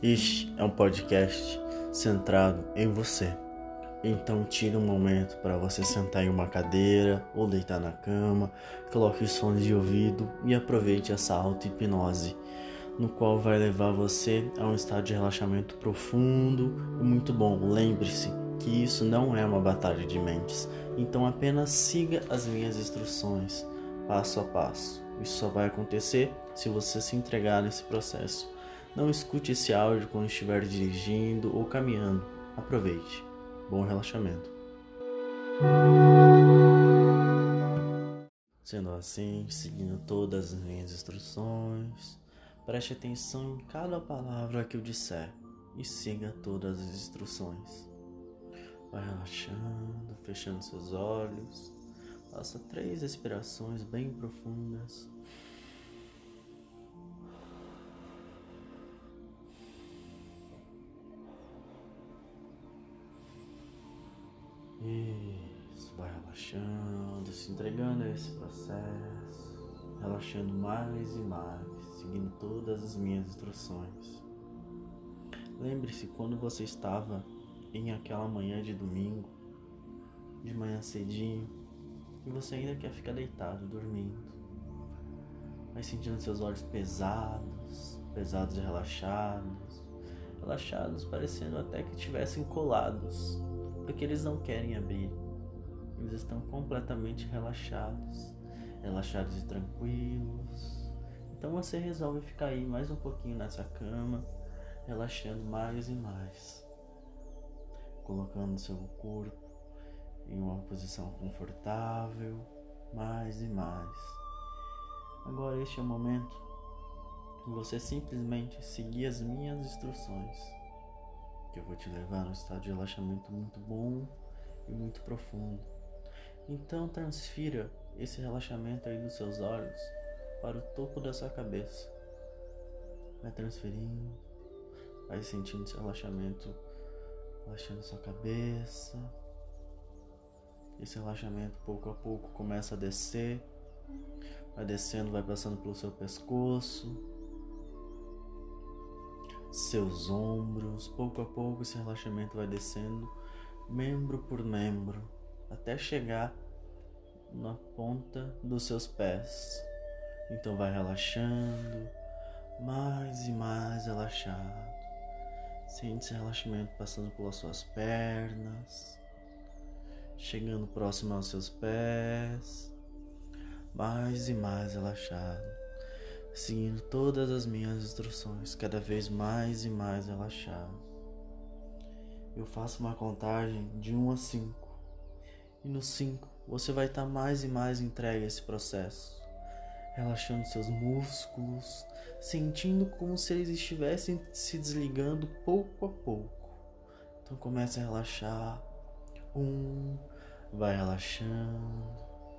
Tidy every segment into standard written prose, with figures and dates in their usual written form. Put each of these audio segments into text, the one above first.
Este é um podcast centrado em você. Então tire um momento para você sentar em uma cadeira ou deitar na cama, coloque os fones de ouvido e aproveite essa auto-hipnose, no qual vai levar você a um estado de relaxamento profundo e muito bom. Lembre-se que isso não é uma batalha de mentes, então apenas siga as minhas instruções, passo a passo. Isso só vai acontecer se você se entregar nesse processo. Não escute esse áudio quando estiver dirigindo ou caminhando. Aproveite. Bom relaxamento. Sendo assim, seguindo todas as minhas instruções, preste atenção em cada palavra que eu disser e siga todas as instruções. Vai relaxando, fechando seus olhos. Faça 3 respirações bem profundas. Isso, vai relaxando, se entregando a esse processo, relaxando mais e mais, seguindo todas as minhas instruções. Lembre-se quando você estava em aquela manhã de domingo, de manhã cedinho, e você ainda quer ficar deitado, dormindo. Vai sentindo seus olhos pesados e relaxados, parecendo até que estivessem colados, porque eles não querem abrir. Eles estão completamente relaxados e tranquilos. Então você resolve ficar aí mais um pouquinho nessa cama, relaxando mais e mais, colocando seu corpo em uma posição confortável, mais e mais. Agora este é o momento de você simplesmente seguir as minhas instruções, que eu vou te levar num estado de relaxamento muito bom e muito profundo. Então transfira esse relaxamento aí dos seus olhos para o topo da sua cabeça. Vai transferindo, vai sentindo esse relaxamento, relaxando sua cabeça. Esse relaxamento pouco a pouco começa a descer, vai descendo, vai passando pelo seu pescoço, seus ombros. Pouco a pouco esse relaxamento vai descendo, membro por membro, até chegar na ponta dos seus pés. Então vai relaxando, mais e mais relaxado. Sente esse relaxamento passando pelas suas pernas, chegando próximo aos seus pés, mais e mais relaxado, seguindo todas as minhas instruções, cada vez mais e mais relaxado. Eu faço uma contagem de 1 a 5, e no 5 você vai estar mais e mais entregue a esse processo, relaxando seus músculos, sentindo como se eles estivessem se desligando pouco a pouco. Então comece a relaxar. 1, vai relaxando.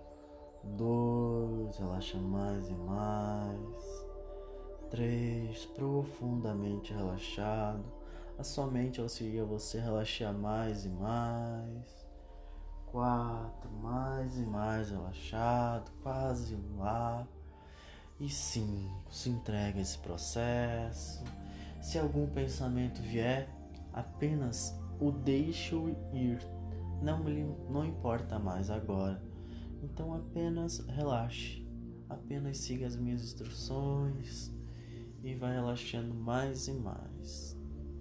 2, relaxa mais e mais. 3, profundamente relaxado. A sua mente auxilia você a relaxar mais e mais. 4, mais e mais relaxado, quase lá. E 5, se entrega a esse processo. Se algum pensamento vier, apenas o deixe ir. Não importa mais agora. Então apenas relaxe, apenas siga as minhas instruções e vai relaxando mais e mais.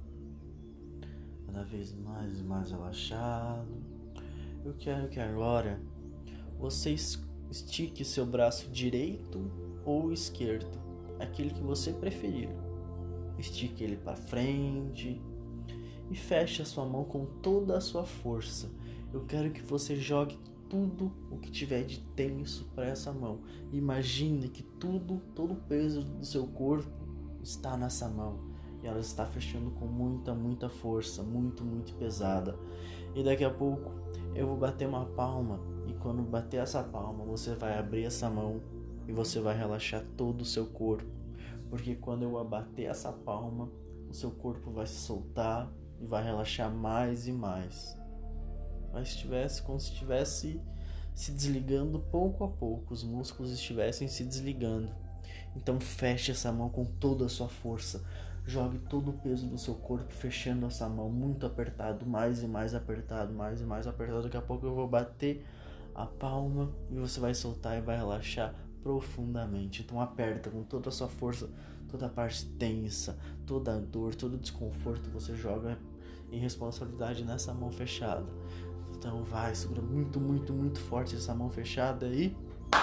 Cada vez mais e mais relaxado. Eu quero que agora você estique seu braço direito ou esquerdo, aquele que você preferir. Estique ele para frente e feche a sua mão com toda a sua força. Eu quero que você jogue tudo o que tiver de tenso para essa mão. Imagine que todo o peso do seu corpo está nessa mão e ela está fechando com muita força, muito pesada. E daqui a pouco eu vou bater uma palma, e quando bater essa palma você vai abrir essa mão e você vai relaxar todo o seu corpo, porque quando eu abater essa palma, o seu corpo vai se soltar e vai relaxar mais e mais. Mas como se estivesse se desligando pouco a pouco, os músculos estivessem se desligando. Então feche essa mão com toda a sua força. Jogue todo o peso do seu corpo fechando essa mão muito apertado, mais e mais apertado, mais e mais apertado. Daqui a pouco eu vou bater a palma e você vai soltar e vai relaxar profundamente. Então aperta com toda a sua força, toda a parte tensa, toda a dor, todo o desconforto você joga em responsabilidade nessa mão fechada. Então vai, segura muito, muito, muito forte essa mão fechada e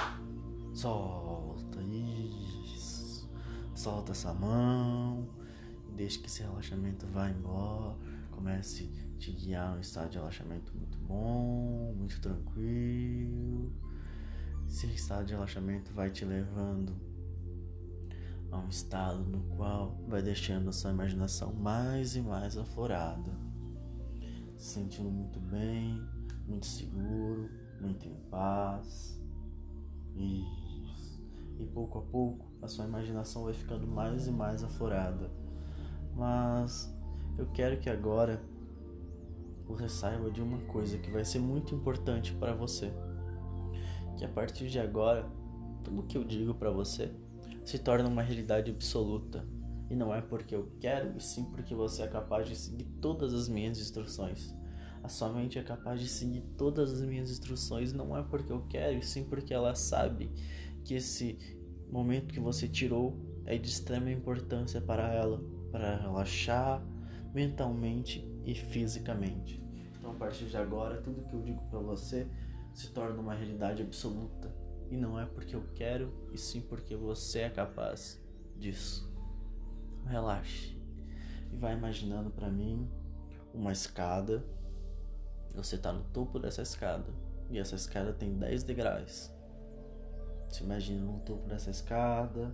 solta. Isso. Solta essa mão. Deixe que esse relaxamento vá embora. Comece a te guiar a um estado de relaxamento muito bom, muito tranquilo. Esse estado de relaxamento vai te levando a um estado no qual vai deixando a sua imaginação mais e mais aflorada, se sentindo muito bem, muito seguro, muito em paz. Isso. E pouco a pouco a sua imaginação vai ficando mais e mais aflorada. Mas eu quero que agora você saiba de uma coisa que vai ser muito importante para você. Que a partir de agora, tudo que eu digo para você se torna uma realidade absoluta. E não é porque eu quero, e sim porque você é capaz de seguir todas as minhas instruções. A sua mente é capaz de seguir todas as minhas instruções, não é porque eu quero, e sim porque ela sabe que esse momento que você tirou é de extrema importância para ela, para relaxar mentalmente e fisicamente. Então, a partir de agora, tudo que eu digo para você se torna uma realidade absoluta. E não é porque eu quero, e sim porque você é capaz disso. Relaxe. E vai imaginando para mim uma escada. Você está no topo dessa escada. E essa escada tem 10 degraus. Se imagina no topo dessa escada.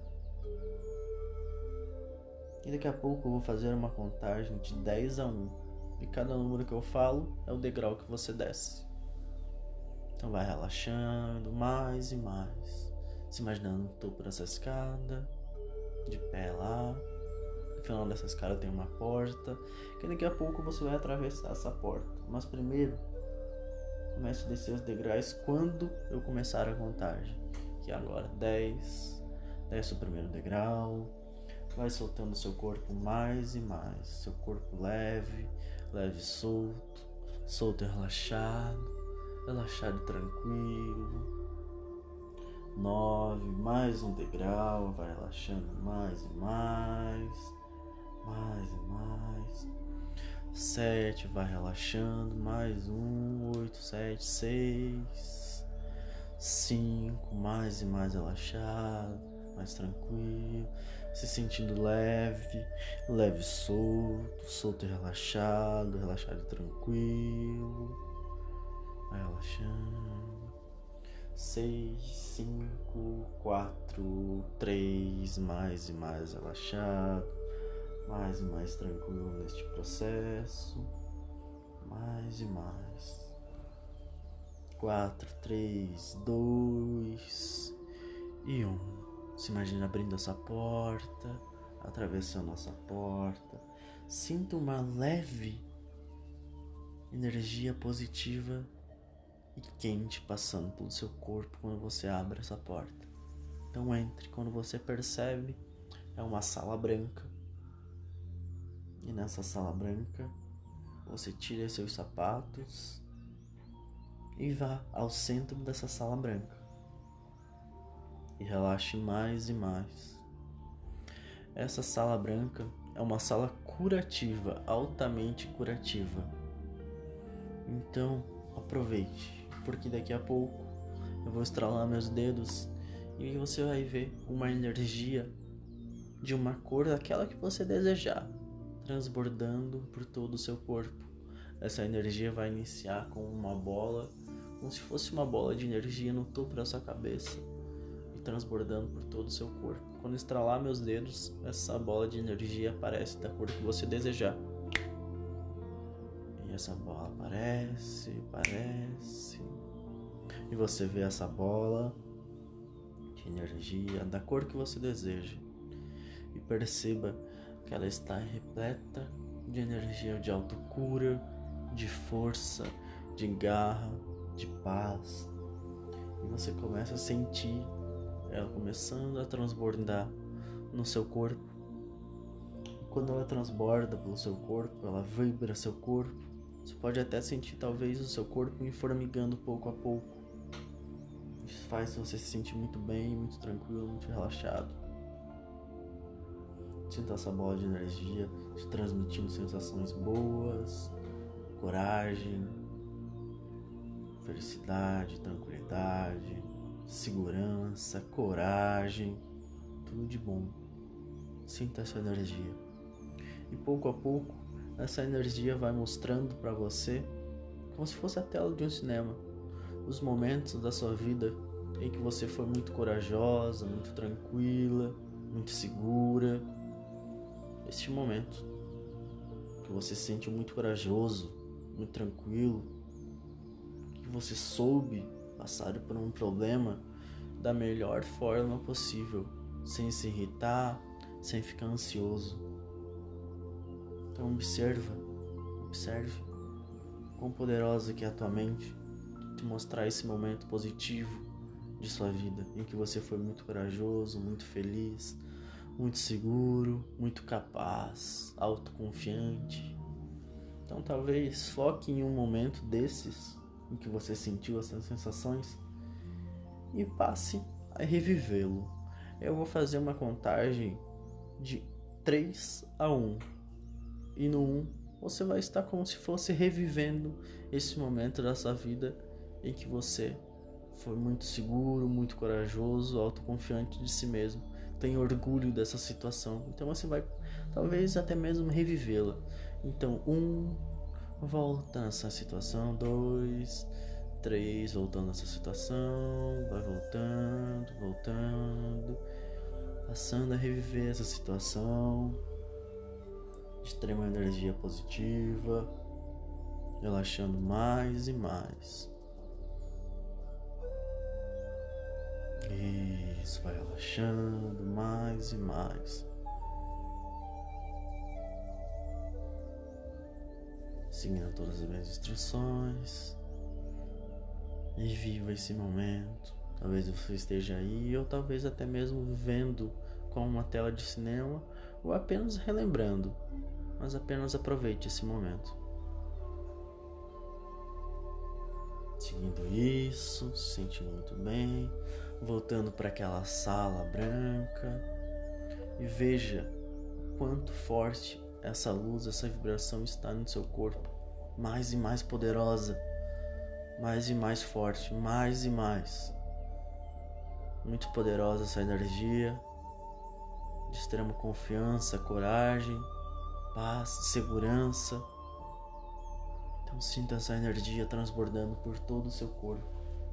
E daqui a pouco eu vou fazer uma contagem de 10 a 1. E cada número que eu falo é o degrau que você desce. Então vai relaxando mais e mais. Se imaginando no topo dessa escada. De pé lá. No final dessa escada tem uma porta. Que daqui a pouco você vai atravessar essa porta. Mas primeiro, comece a descer os degraus quando eu começar a contagem. Que é agora 10. Desce o primeiro degrau. Vai soltando seu corpo mais e mais. Seu corpo leve, leve e solto. Solto e relaxado. Relaxado e tranquilo. 9, mais um degrau. Vai relaxando mais e mais. Mais e mais. 7, vai relaxando. Mais um. 8, 7, 6. 5, mais e mais relaxado. Mais tranquilo. Se sentindo leve, leve e solto, solto e relaxado, relaxado e tranquilo. Vai relaxando. 6, 5, 4, 3, mais e mais relaxado, mais e mais tranquilo neste processo, mais e mais. 4, 3, 2 e 1. Se imagina abrindo essa porta, atravessando essa porta. Sinta uma leve energia positiva e quente passando pelo seu corpo quando você abre essa porta. Então entre, quando você percebe, é uma sala branca. E nessa sala branca, você tira seus sapatos e vá ao centro dessa sala branca. E relaxe mais e mais. Essa sala branca é uma sala curativa, altamente curativa. Então, aproveite, porque daqui a pouco eu vou estralar meus dedos e você vai ver uma energia de uma cor daquela que você desejar, transbordando por todo o seu corpo. Essa energia vai iniciar com uma bola, como se fosse uma bola de energia no topo da sua cabeça e transbordando por todo o seu corpo. Quando estralar meus dedos, essa bola de energia aparece da cor que você desejar. E essa bola aparece, e você vê essa bola de energia da cor que você deseja. E perceba que ela está repleta de energia de autocura, de força, de garra, de paz. E você começa a sentir ela começando a transbordar no seu corpo. E quando ela transborda pelo seu corpo, ela vibra seu corpo, você pode até sentir talvez o seu corpo formigando pouco a pouco. Isso faz você se sentir muito bem, muito tranquilo, muito relaxado. Sinta essa bola de energia te transmitindo sensações boas, coragem, felicidade, tranquilidade, segurança, coragem, tudo de bom. Sinta essa energia. E pouco a pouco, essa energia vai mostrando para você, como se fosse a tela de um cinema, os momentos da sua vida em que você foi muito corajosa, muito tranquila, muito segura. Este momento que você se sentiu muito corajoso, muito tranquilo, que você soube passar por um problema da melhor forma possível, sem se irritar, sem ficar ansioso. Então observe quão poderosa que é a tua mente te mostrar esse momento positivo de sua vida, em que você foi muito corajoso, muito feliz, muito seguro, muito capaz, autoconfiante. Então talvez foque em um momento desses em que você sentiu essas sensações e passe a revivê-lo. Eu vou fazer uma contagem de 3 a 1. E no 1 você vai estar como se fosse revivendo esse momento da sua vida em que você foi muito seguro, muito corajoso, autoconfiante de si mesmo. Tem orgulho dessa situação. Então você vai talvez até mesmo revivê-la. Então volta nessa situação. 2, 3, voltando nessa situação. Vai voltando. Passando a reviver essa situação. Extrema energia positiva. Relaxando mais e mais. Isso, vai relaxando mais e mais. Seguindo todas as minhas instruções. E viva esse momento. Talvez você esteja aí, ou talvez até mesmo vendo com uma tela de cinema, ou apenas relembrando. Mas apenas aproveite esse momento. Seguindo isso, se sentindo muito bem, voltando para aquela sala branca e veja quanto forte essa luz, essa vibração está no seu corpo, mais e mais poderosa, mais e mais forte, mais e mais. Muito poderosa essa energia, de extrema confiança, coragem, paz, segurança. Então sinta essa energia transbordando por todo o seu corpo.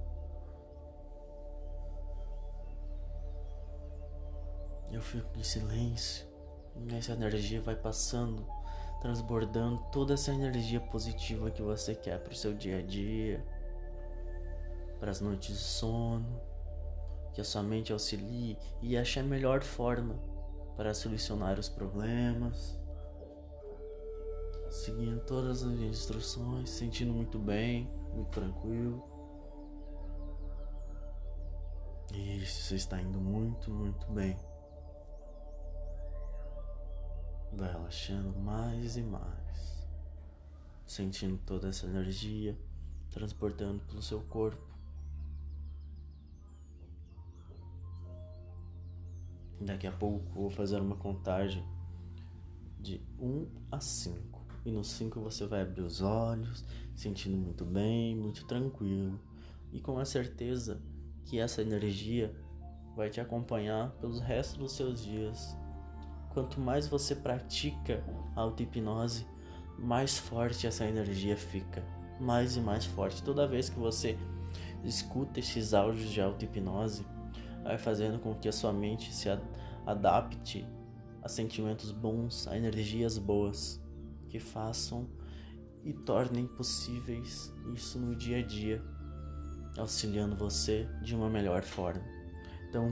Eu fico em silêncio e essa energia vai passando, transbordando toda essa energia positiva que você quer para o seu dia a dia, para as noites de sono, que a sua mente auxilie e ache a melhor forma para solucionar os problemas, seguindo todas as instruções, sentindo muito bem, muito tranquilo. Isso, você está indo muito, muito bem. Vai relaxando mais e mais, sentindo toda essa energia transportando pelo seu corpo. Daqui a pouco vou fazer uma contagem de 1 a 5. E no 5 você vai abrir os olhos, sentindo muito bem, muito tranquilo. E com a certeza que essa energia vai te acompanhar pelos restos dos seus dias. Quanto mais você pratica a auto-hipnose, mais forte essa energia fica. Mais e mais forte. Toda vez que você escuta esses áudios de auto-hipnose, vai fazendo com que a sua mente se adapte a sentimentos bons, a energias boas, que façam e tornem possíveis isso no dia a dia, auxiliando você de uma melhor forma. Então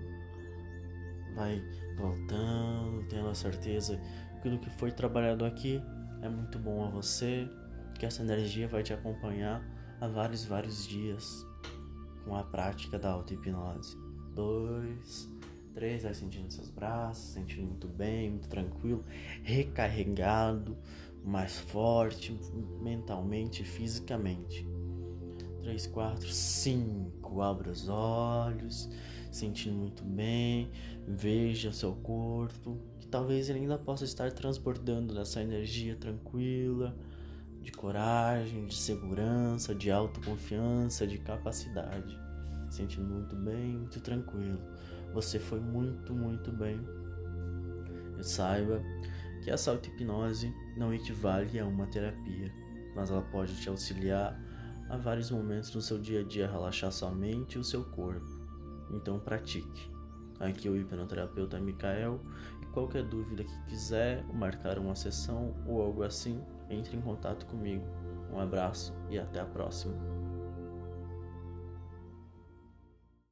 vai voltando, tendo a certeza que aquilo que foi trabalhado aqui é muito bom a você, que essa energia vai te acompanhar há vários dias com a prática da auto-hipnose. 2, 3, vai sentindo seus braços, sentindo muito bem, muito tranquilo, recarregado, mais forte mentalmente e fisicamente. 3, 4, 5, abra os olhos, sentindo muito bem, veja o seu corpo, que talvez ele ainda possa estar transbordando dessa energia tranquila, de coragem, de segurança, de autoconfiança, de capacidade. Sentindo muito bem, muito tranquilo. Você foi muito, muito bem. E saiba que essa auto-hipnose não equivale a uma terapia, mas ela pode te auxiliar a vários momentos no seu dia a dia, relaxar sua mente e o seu corpo. Então pratique. Aqui é o hipnoterapeuta Mikael, e qualquer dúvida que quiser marcar uma sessão ou algo assim, entre em contato comigo. Um abraço e até a próxima.